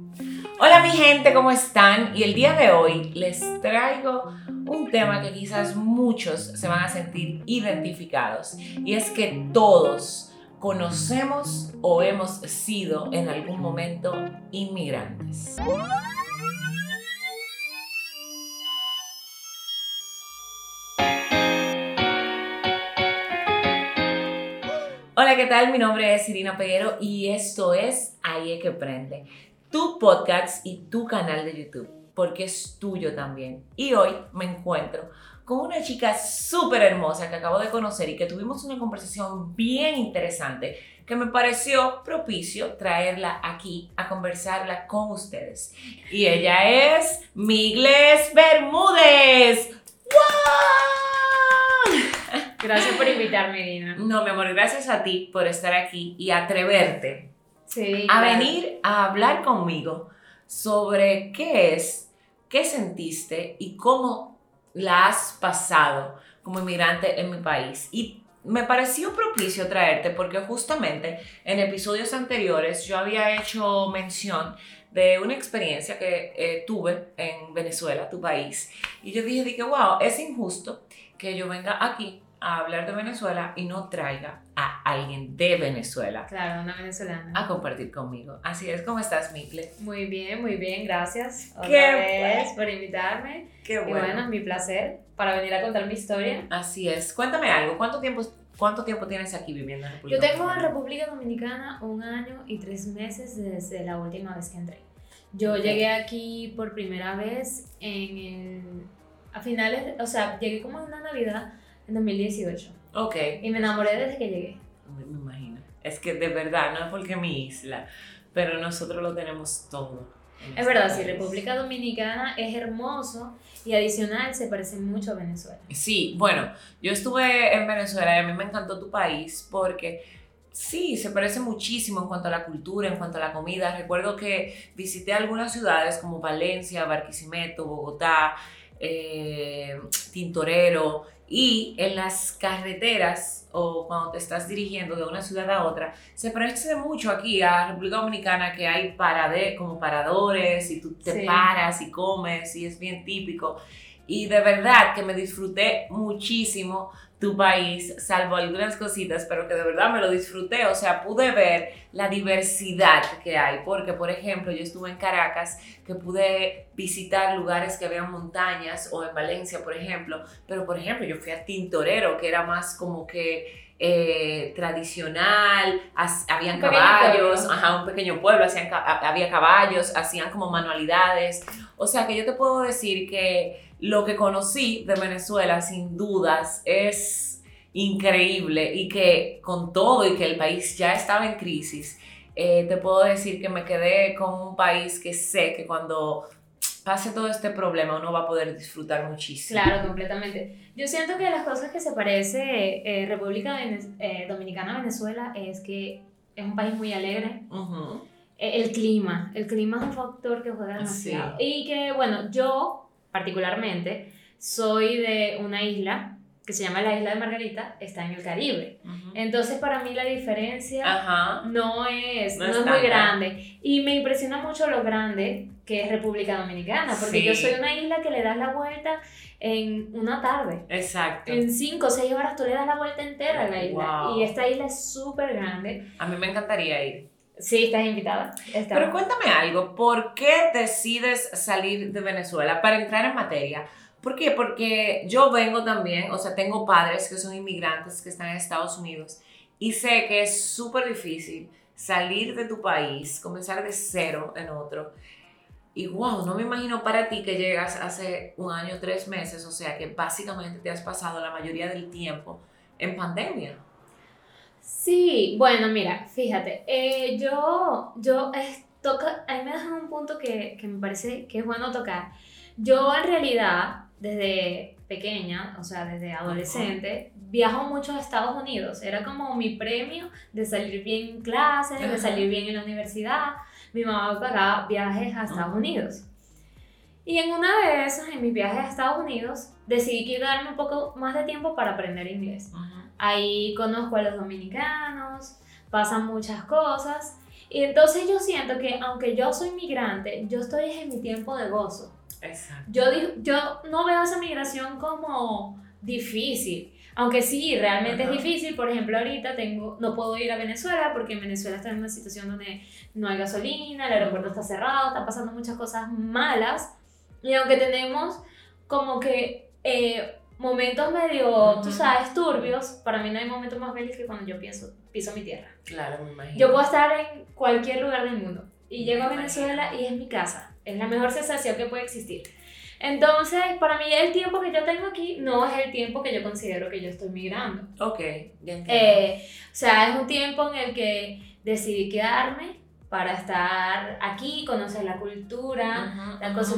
Hola mi gente, ¿cómo están? Y el día de hoy les traigo un tema que quizás muchos se van a sentir identificados. Y es que todos conocemos o hemos sido en algún momento inmigrantes. Hola, ¿qué tal? Mi nombre es Irina Peguero y esto es Ahí es que prende, tu podcast y tu canal de YouTube, porque es tuyo también. Y hoy me encuentro con una chica súper hermosa que acabo de conocer y que tuvimos una conversación bien interesante que me pareció propicio traerla aquí a conversarla con ustedes. Y ella es Migles Bermúdez. ¡Wow! Gracias por invitarme, Irina. No, mi amor, gracias a ti por estar aquí y atreverte Sí, a claro. venir a hablar conmigo sobre qué es, qué sentiste y cómo la has pasado como inmigrante en mi país. Y me pareció propicio traerte porque justamente en episodios anteriores yo había hecho mención de una experiencia que tuve en Venezuela, tu país. Y yo dije, wow, es injusto que yo venga aquí a hablar de Venezuela y no traiga a alguien de Venezuela Claro, una venezolana. a compartir conmigo. Así es, ¿cómo estás, Micle? Muy bien, gracias. Qué Otra vez por invitarme. Qué Y bueno. bueno, es mi placer para venir a contar mi historia. Así es. Cuéntame algo, ¿cuánto tiempo tienes aquí viviendo en República Yo tengo en Dominicana? República Dominicana 1 año y 3 meses desde la última vez que entré. Yo Ok. llegué aquí por primera vez a finales, o sea, llegué como en una Navidad en 2018 Ok. y me enamoré desde que llegué. Me imagino. Es que de verdad, no es porque mi isla, pero nosotros lo tenemos todo. en Es este verdad, sí, país. República Dominicana es hermoso y adicional se parece mucho a Venezuela. Sí, bueno, yo estuve en Venezuela y a mí me encantó tu país porque sí, se parece muchísimo en cuanto a la cultura, en cuanto a la comida. Recuerdo que visité algunas ciudades como Valencia, Barquisimeto, Bogotá, Tintorero, y en las carreteras o cuando te estás dirigiendo de una ciudad a otra, se parece mucho aquí a República Dominicana, que hay como paradores y tú te Sí. paras y comes y es bien típico. Y de verdad que me disfruté muchísimo tu país, salvo algunas cositas, pero que de verdad me lo disfruté. O sea, pude ver la diversidad que hay, porque por ejemplo yo estuve en Caracas, que pude visitar lugares que habían montañas, o en Valencia por ejemplo, pero por ejemplo yo fui a Tintorero, que era más como que tradicional, habían Un pequeño caballos, pueblo. ajá, un pequeño pueblo, había caballos, hacían como manualidades. O sea que yo te puedo decir que lo que conocí de Venezuela sin dudas es increíble, y que con todo y que el país ya estaba en crisis, te puedo decir que me quedé con un país que sé que cuando pase todo este problema uno va a poder disfrutar muchísimo. Claro, completamente. Yo siento que las cosas que se parece Dominicana a Venezuela es que es un país muy alegre. Ujú. El clima es un factor que juega demasiado. Y que, bueno, yo particularmente soy de una isla que se llama la Isla de Margarita, está en el Caribe. Ujú. Entonces, para mí la diferencia Ajá. no es muy tanta. grande. Y me impresiona mucho lo grande que es República Dominicana, porque Sí. yo soy una isla que le das la vuelta en una tarde. Exacto. En 5 o 6 horas tú le das la vuelta entera a la isla. Wow. Y esta isla es súper grande. A mí me encantaría ir. Sí, estás invitada. Pero cuéntame algo, ¿por qué decides salir de Venezuela? Para entrar en materia. ¿Por qué? Porque yo vengo también, o sea, tengo padres que son inmigrantes que están en Estados Unidos y sé que es súper difícil salir de tu país, comenzar de cero en otro. Y wow, no me imagino para ti que llegas hace 1 año, 3 meses, o sea que básicamente te has pasado la mayoría del tiempo en pandemia. Sí, bueno, mira, fíjate, ahí me dejan un punto que me parece que es bueno tocar. Yo en realidad, desde pequeña, o sea, desde adolescente, viajo mucho a Estados Unidos. Era como mi premio de salir bien en clases, de salir bien en la universidad. Mi mamá me pagaba viajes a Estados Unidos. Y en una de esas, en mis viajes a Estados Unidos, decidí quedarme un poco más de tiempo para aprender inglés. Ahí conozco a los dominicanos, pasan muchas cosas Y entonces yo siento que aunque yo soy migrante, yo estoy en mi tiempo de gozo. Exacto. Yo no veo esa migración como difícil, aunque sí, realmente es difícil. Por ejemplo, ahorita no puedo ir a Venezuela porque en Venezuela está en una situación donde no hay gasolina, el aeropuerto está cerrado, están pasando muchas cosas malas, y aunque tenemos como que momentos medio, tú sabes, turbios, para mí no hay momento más feliz que cuando yo piso mi tierra. Claro, me imagino. Yo puedo estar en cualquier lugar del mundo y llego a Venezuela y es mi casa. Es la mejor sensación que puede existir. Entonces, para mí el tiempo que yo tengo aquí no es el tiempo que yo considero que yo estoy migrando. Ok, ya entiendo. O sea, es un tiempo en el que decidí quedarme para estar aquí, conocer la cultura,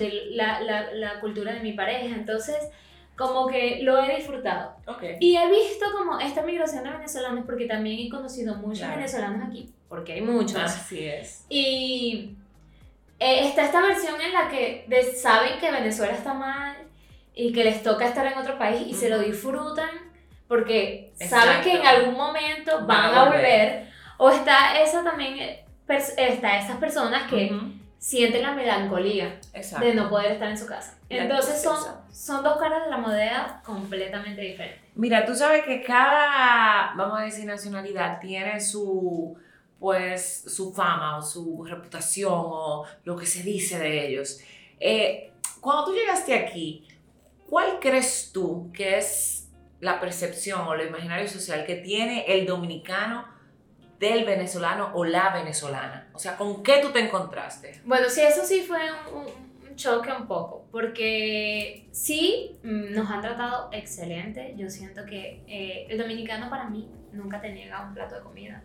la cultura de mi pareja. Entonces, como que lo he disfrutado. Okay. Y he visto como esta migración de venezolanos, porque también he conocido muchos venezolanos aquí, porque hay muchos. Así es. Y está esta versión en la que saben que Venezuela está mal y que les toca estar en otro país y se lo disfrutan porque saben que en algún momento van a volver. O está esa también, está esas personas que sienten la melancolía de no poder estar en su casa. Entonces son dos caras de la moneda completamente diferentes. Mira, tú sabes que cada, vamos a decir, nacionalidad tiene su fama o su reputación o lo que se dice de ellos. Cuando tú llegaste aquí, ¿cuál crees tú que es la percepción o el imaginario social que tiene el dominicano del venezolano o la venezolana? O sea, ¿con qué tú te encontraste? Bueno, sí, eso sí fue un choque un poco, porque sí, nos han tratado excelente. Yo siento que el dominicano para mí nunca te niega un plato de comida.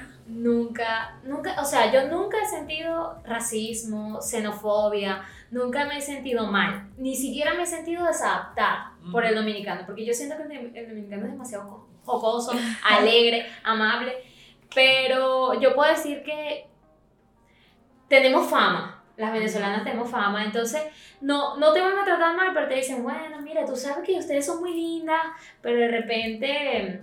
Nunca, o sea, yo nunca he sentido racismo, xenofobia, nunca me he sentido mal, ni siquiera me he sentido desadaptada por el dominicano, porque yo siento que el dominicano es demasiado jocoso, alegre, amable, pero yo puedo decir que tenemos fama. Las venezolanas tenemos fama, entonces no te van a tratar mal, pero te dicen, bueno, mira, tú sabes que ustedes son muy lindas, pero de repente,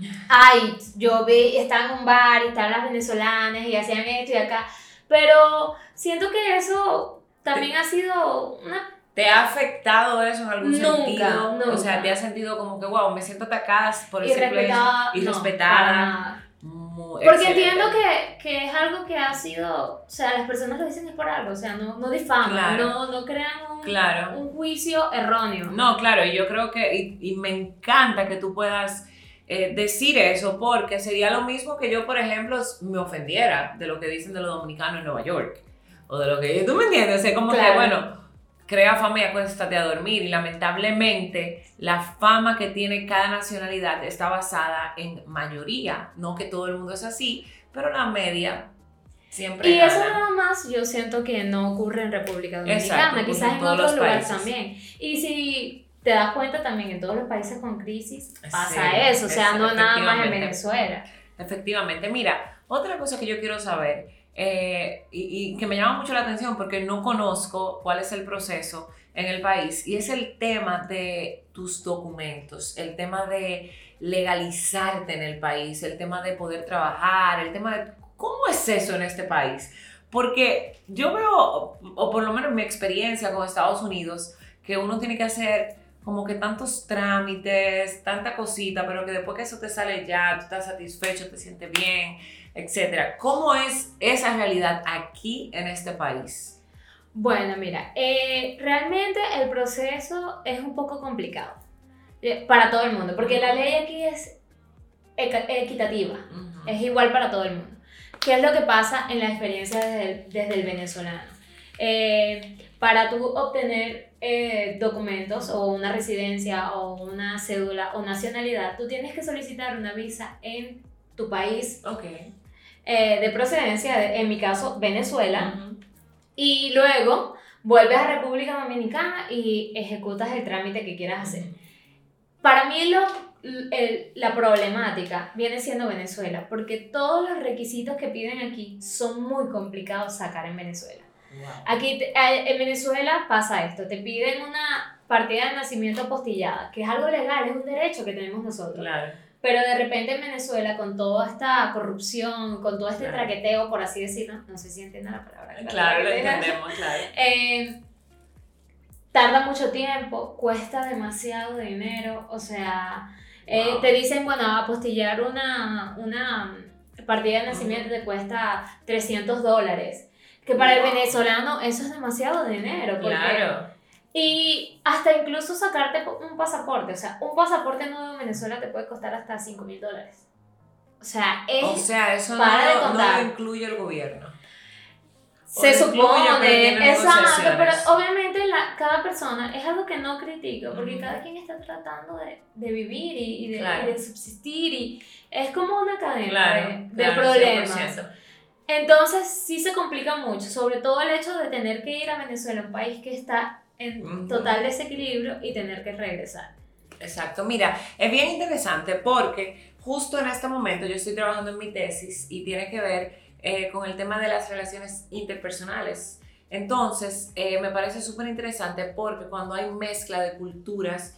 ay, yo estaba en un bar y estaban las venezolanas y hacían esto y acá, pero siento que eso también ha sido una... ¿Te ha afectado eso en algún sentido? Nunca. O sea, ¿te has sentido como que, wow, me siento atacada por el simple y no, respetada? Porque entiendo que es algo que ha sido, o sea, las personas lo dicen es por algo, o sea, no difaman, no crean un juicio erróneo. No, claro, y yo creo que, y me encanta que tú puedas decir eso, porque sería lo mismo que yo, por ejemplo, me ofendiera de lo que dicen de los dominicanos en Nueva York, o de lo que, ¿tú me entiendes? O sea, como que, bueno, crea fama y acuéstate a dormir, y lamentablemente la fama que tiene cada nacionalidad está basada en mayoría, no que todo el mundo es así, pero la media siempre y gana. eso nada más yo siento que no ocurre en República Dominicana. Exacto, quizás en todos otros los lugares países también, y si te das cuenta también en todos los países con crisis pasa sí, eso, o sea, no nada más en Venezuela. Efectivamente, mira, otra cosa que yo quiero saber y que me llama mucho la atención porque no conozco cuál es el proceso en el país, y es el tema de tus documentos, el tema de legalizarte en el país, el tema de poder trabajar, el tema de cómo es eso en este país. Porque yo veo, o por lo menos mi experiencia con Estados Unidos, que uno tiene que hacer como que tantos trámites, tanta cosita, pero que después que eso te sale ya, tú estás satisfecho, te sientes bien, etc. ¿Cómo es esa realidad aquí en este país? Bueno, mira, realmente el proceso es un poco complicado para todo el mundo, porque la ley aquí es equitativa, es igual para todo el mundo. ¿Qué es lo que pasa en la experiencia desde el venezolano? Para tú obtener documentos o una residencia o una cédula o nacionalidad, tú tienes que solicitar una visa en tu país de procedencia, en mi caso Venezuela, y luego vuelves a República Dominicana y ejecutas el trámite que quieras hacer. Para mí la problemática viene siendo Venezuela, porque todos los requisitos que piden aquí son muy complicados sacar en Venezuela. Wow. Aquí en Venezuela pasa esto, te piden una partida de nacimiento apostillada, que es algo legal, es un derecho que tenemos nosotros. Claro. Pero de repente en Venezuela, con toda esta corrupción, con todo este traqueteo, por así decirlo, no sé si entienden la palabra. Claro, lo entendemos, claro. Tarda mucho tiempo, cuesta demasiado dinero, o sea, Wow. te dicen, bueno, apostillar una partida de nacimiento te cuesta $300, que para el venezolano eso es demasiado dinero. Porque, Claro. y hasta incluso sacarte un pasaporte, o sea, un pasaporte nuevo en Venezuela te puede costar hasta $5,000. O sea, eso no, para de no contar. lo incluye el gobierno. Se supone, exacto, pero negociaciones. obviamente cada persona es algo que no critico, porque cada quien está tratando de vivir y de subsistir, y es como una cadena de problemas. 100%. Entonces sí se complica mucho, sobre todo el hecho de tener que ir a Venezuela, un país que está en total desequilibrio, y tener que regresar. Exacto, mira, es bien interesante porque justo en este momento yo estoy trabajando en mi tesis y tiene que ver con el tema de las relaciones interpersonales. Entonces, me parece súper interesante porque cuando hay mezcla de culturas,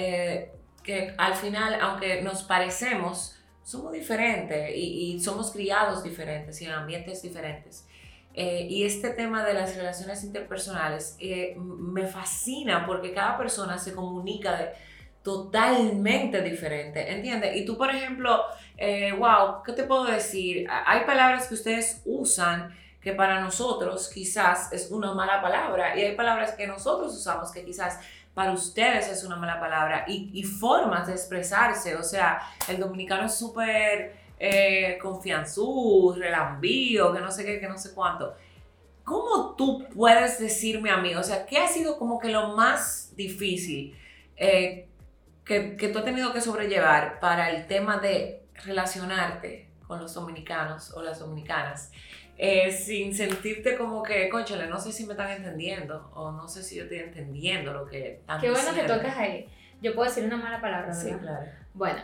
que al final, aunque nos parecemos, somos diferentes y somos criados diferentes y en ambientes diferentes. Y este tema de las relaciones interpersonales me fascina porque cada persona se comunica totalmente diferente, ¿entiendes? Y tú, por ejemplo, wow, ¿qué te puedo decir? Hay palabras que ustedes usan que para nosotros quizás es una mala palabra, y hay palabras que nosotros usamos que quizás para ustedes es una mala palabra, y formas de expresarse. O sea, el dominicano es súper confianzú, relambío, que no sé qué, que no sé cuánto. ¿Cómo tú puedes decirme a mí? O sea, ¿qué ha sido como que lo más difícil que tú has tenido que sobrellevar para el tema de relacionarte con los dominicanos o las dominicanas, sin sentirte como que, cónchale, no sé si me están entendiendo o no sé si yo estoy entendiendo lo que están Qué bueno diciendo? que tocas ahí. Yo puedo decir una mala palabra, ¿verdad? Sí, claro. Bueno,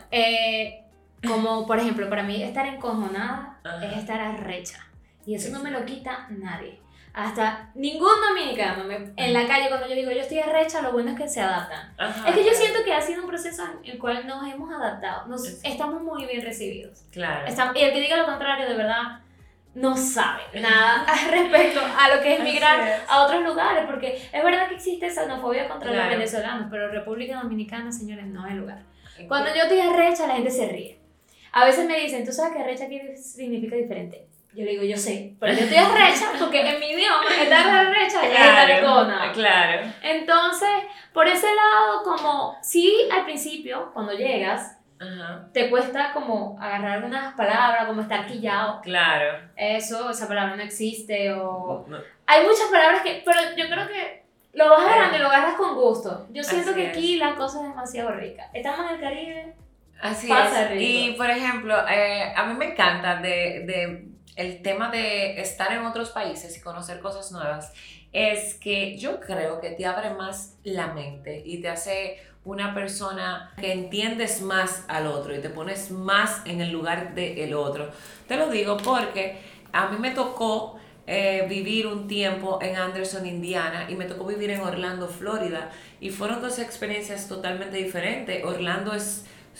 como por ejemplo, para mí estar encojonada Ajá. es estar arrecha, y eso Sí, no sí. me lo quita nadie. Hasta ningún dominicano en la calle, cuando yo digo yo estoy arrecha, lo bueno es que se adaptan. Ajá, Es que yo claro. siento que ha sido un proceso en el cual nos hemos adaptado, estamos muy bien recibidos. Claro. Y el que diga lo contrario, de verdad, no sabe nada respecto a lo que es migrar a otros lugares, porque es verdad que existe xenofobia contra los venezolanos, pero República Dominicana, señores, no es el lugar. Cuando yo estoy arrecha, la gente se ríe. A veces me dicen, ¿tú sabes que arrecha aquí significa diferente? Yo le digo, yo sé, pero yo estoy arrecha porque en mi idioma estar arrecha es estar encojonada. Claro. Entonces, por ese lado, como sí, al principio, cuando llegas, Ajá. te cuesta como agarrar unas palabras, como estar quillado. Claro. Esa palabra no existe, o... No. Hay muchas palabras pero yo creo que lo vas agarrando y lo agarras con gusto. Yo siento Así que es. aquí la cosa es demasiado rica. Estamos en el Caribe. Así Pasa es. rico. Y por ejemplo, a mí me encanta el tema de estar en otros países y conocer cosas nuevas, es que yo creo que te abre más la mente y te hace una persona que entiendes más al otro y te pones más en el lugar del otro. Te lo digo porque a mí me tocó vivir un tiempo en Anderson, Indiana, y me tocó vivir en Orlando, Florida, y fueron dos experiencias totalmente diferentes. Orlando es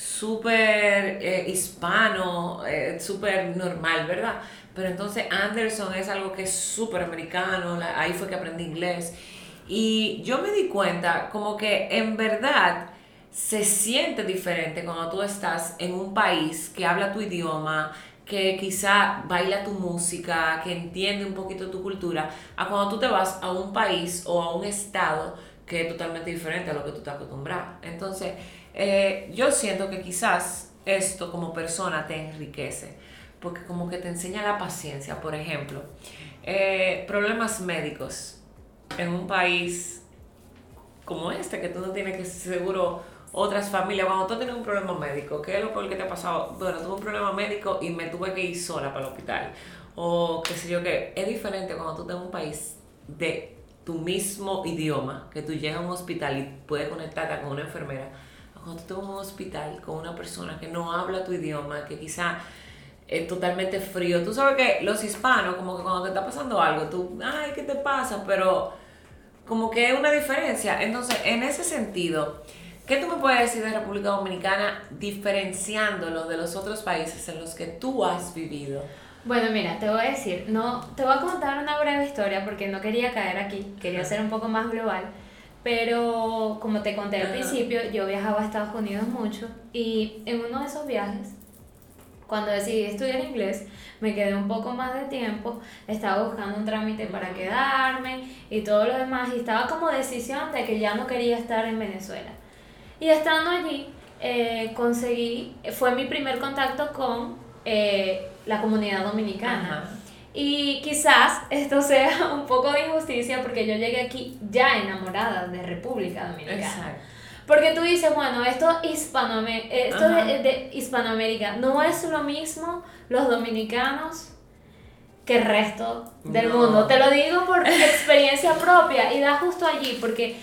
súper hispano, súper normal, ¿verdad? Pero entonces Anderson es algo que es súper americano, ahí fue que aprendí inglés. Y yo me di cuenta como que en verdad se siente diferente cuando tú estás en un país que habla tu idioma, que quizá baila tu música, que entiende un poquito tu cultura, a cuando tú te vas a un país o a un estado que es totalmente diferente a lo que tú estás acostumbrado. Entonces, yo siento que quizás esto como persona te enriquece, porque como que te enseña la paciencia. Por ejemplo, problemas médicos en un país como este, que tú no tienes que seguro otras familias. Cuando tú tienes un problema médico, ¿qué es lo peor que te ha pasado? Bueno, tuve un problema médico y me tuve que ir sola para el hospital, o qué sé yo qué. Es diferente cuando tú estás en un país de tu mismo idioma, que tú llegas a un hospital y puedes conectarte con una enfermera, cuando tú estás en un hospital con una persona que no habla tu idioma, que quizá es totalmente frío. Tú sabes que los hispanos, como que cuando te está pasando algo, tú, ay, ¿qué te pasa? Pero como que es una diferencia. Entonces, en ese sentido, ¿Qué tú me puedes decir de República Dominicana diferenciándolo de los otros países en los que tú has vivido? Bueno, mira, te voy a decir, no, te voy a contar una breve historia porque no quería caer aquí, quería ser un poco más global, pero como te conté al principio, yo viajaba a Estados Unidos mucho y en uno de esos viajes, cuando decidí estudiar inglés, me quedé un poco más de tiempo, estaba buscando un trámite para quedarme y todo lo demás, y estaba como decisión de que ya no quería estar en Venezuela. Y estando allí, fue mi primer contacto con la comunidad dominicana. Ajá. Y quizás esto sea un poco de injusticia porque yo llegué aquí ya enamorada de República Dominicana. Exacto. Porque tú dices, bueno, esto de Hispanoamérica no es lo mismo los dominicanos que el resto del mundo. Te lo digo por experiencia propia y da justo allí porque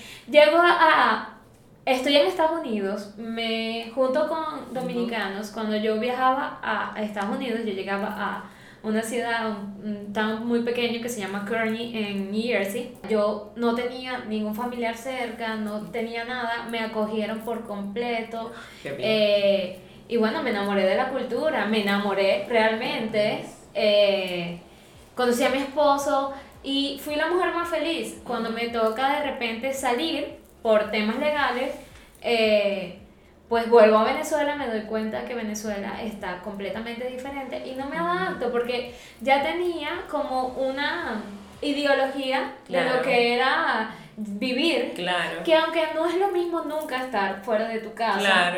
estoy en Estados Unidos, me junto con dominicanos. Cuando yo viajaba a Estados Unidos, yo llegaba a una ciudad, un town muy pequeño que se llama Kearney en New Jersey. Yo no tenía ningún familiar cerca, no tenía nada, me acogieron por completo. Qué bien. Y bueno, me enamoré de la cultura, me enamoré realmente. Conocí a mi esposo y fui la mujer más feliz. Cuando me toca de repente salir por temas legales, pues vuelvo a Venezuela, me doy cuenta que Venezuela está completamente diferente y no me adapto porque ya tenía como una ideología de lo que era vivir, que aunque no es lo mismo nunca estar fuera de tu casa,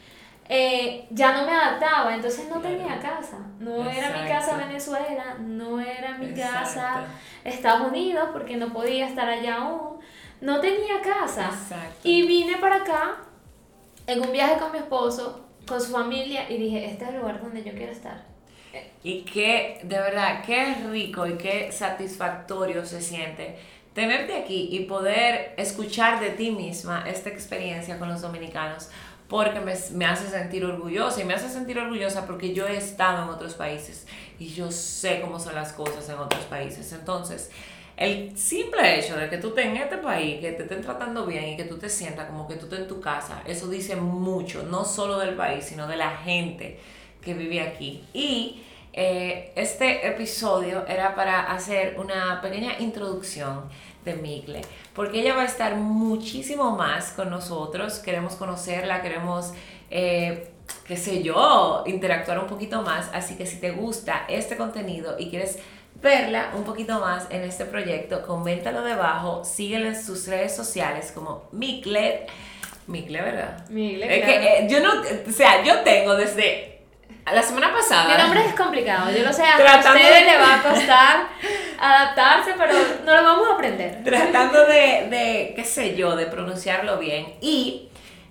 ya no me adaptaba, entonces no tenía casa, no era mi casa Venezuela, no era mi casa Estados Unidos porque no podía estar allá aún, no tenía casa. Y vine para acá en un viaje con mi esposo, con su familia, y dije, este es el lugar donde yo quiero estar. Y qué, de verdad, qué rico y qué satisfactorio se siente tenerte aquí y poder escuchar de ti misma esta experiencia con los dominicanos, porque me hace sentir orgullosa, y me hace sentir orgullosa porque yo he estado en otros países y yo sé cómo son las cosas en otros países. Entonces, el simple hecho de que tú estés en este país, que te estén tratando bien y que tú te sientas como que tú estés en tu casa, eso dice mucho, no solo del país, sino de la gente que vive aquí. Y este episodio era para hacer una pequeña introducción de Micle, porque ella va a estar muchísimo más con nosotros. Queremos conocerla, queremos, qué sé yo, interactuar un poquito más. Así que si te gusta este contenido y quieres verla un poquito más en este proyecto, coméntalo debajo, síguela en sus redes sociales como Micle, ¿verdad? Micle, claro. Que yo no, o sea, yo tengo desde la semana pasada. Mi nombre es complicado, yo lo sé, a ustedes les va a costar adaptarse, pero no lo vamos a aprender. Tratando de qué sé yo, de pronunciarlo bien. Y,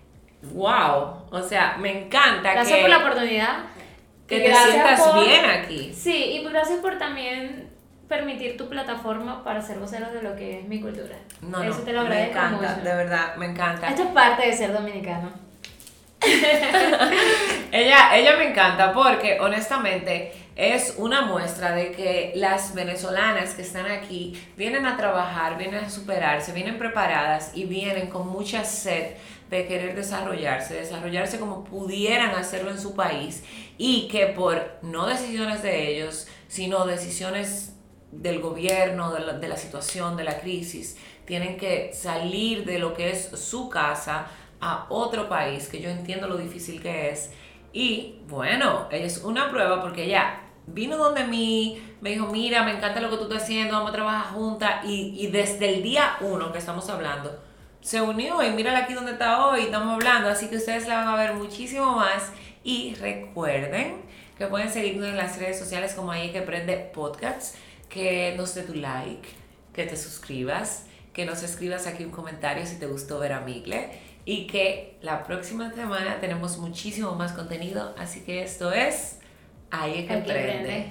wow, o sea, me encanta. Gracias por la oportunidad. Que te sientas bien aquí. Sí, y gracias por también permitir tu plataforma para ser voceros de lo que es mi cultura. Eso te lo agradezco mucho. Me encanta, de verdad, me encanta. Esto es parte de ser dominicano. ella me encanta porque honestamente es una muestra de que las venezolanas que están aquí vienen a trabajar, vienen a superarse, vienen preparadas y vienen con mucha sed de querer desarrollarse como pudieran hacerlo en su país, y que por no decisiones de ellos, sino decisiones del gobierno, de la situación, de la crisis, tienen que salir de lo que es su casa a otro país, que yo entiendo lo difícil que es. Y bueno, ella es una prueba porque ella vino donde mí, me dijo, mira, me encanta lo que tú estás haciendo, vamos a trabajar juntas, y desde el día 1 que estamos hablando, se unió y mírala aquí donde está hoy, estamos hablando, así que ustedes la van a ver muchísimo más. Y recuerden que pueden seguirnos en las redes sociales como Ahí es que Prende Podcasts, que nos dé tu like, que te suscribas, que nos escribas aquí un comentario si te gustó ver a Micle, y que la próxima semana tenemos muchísimo más contenido, así que esto es Ahí es que Prende.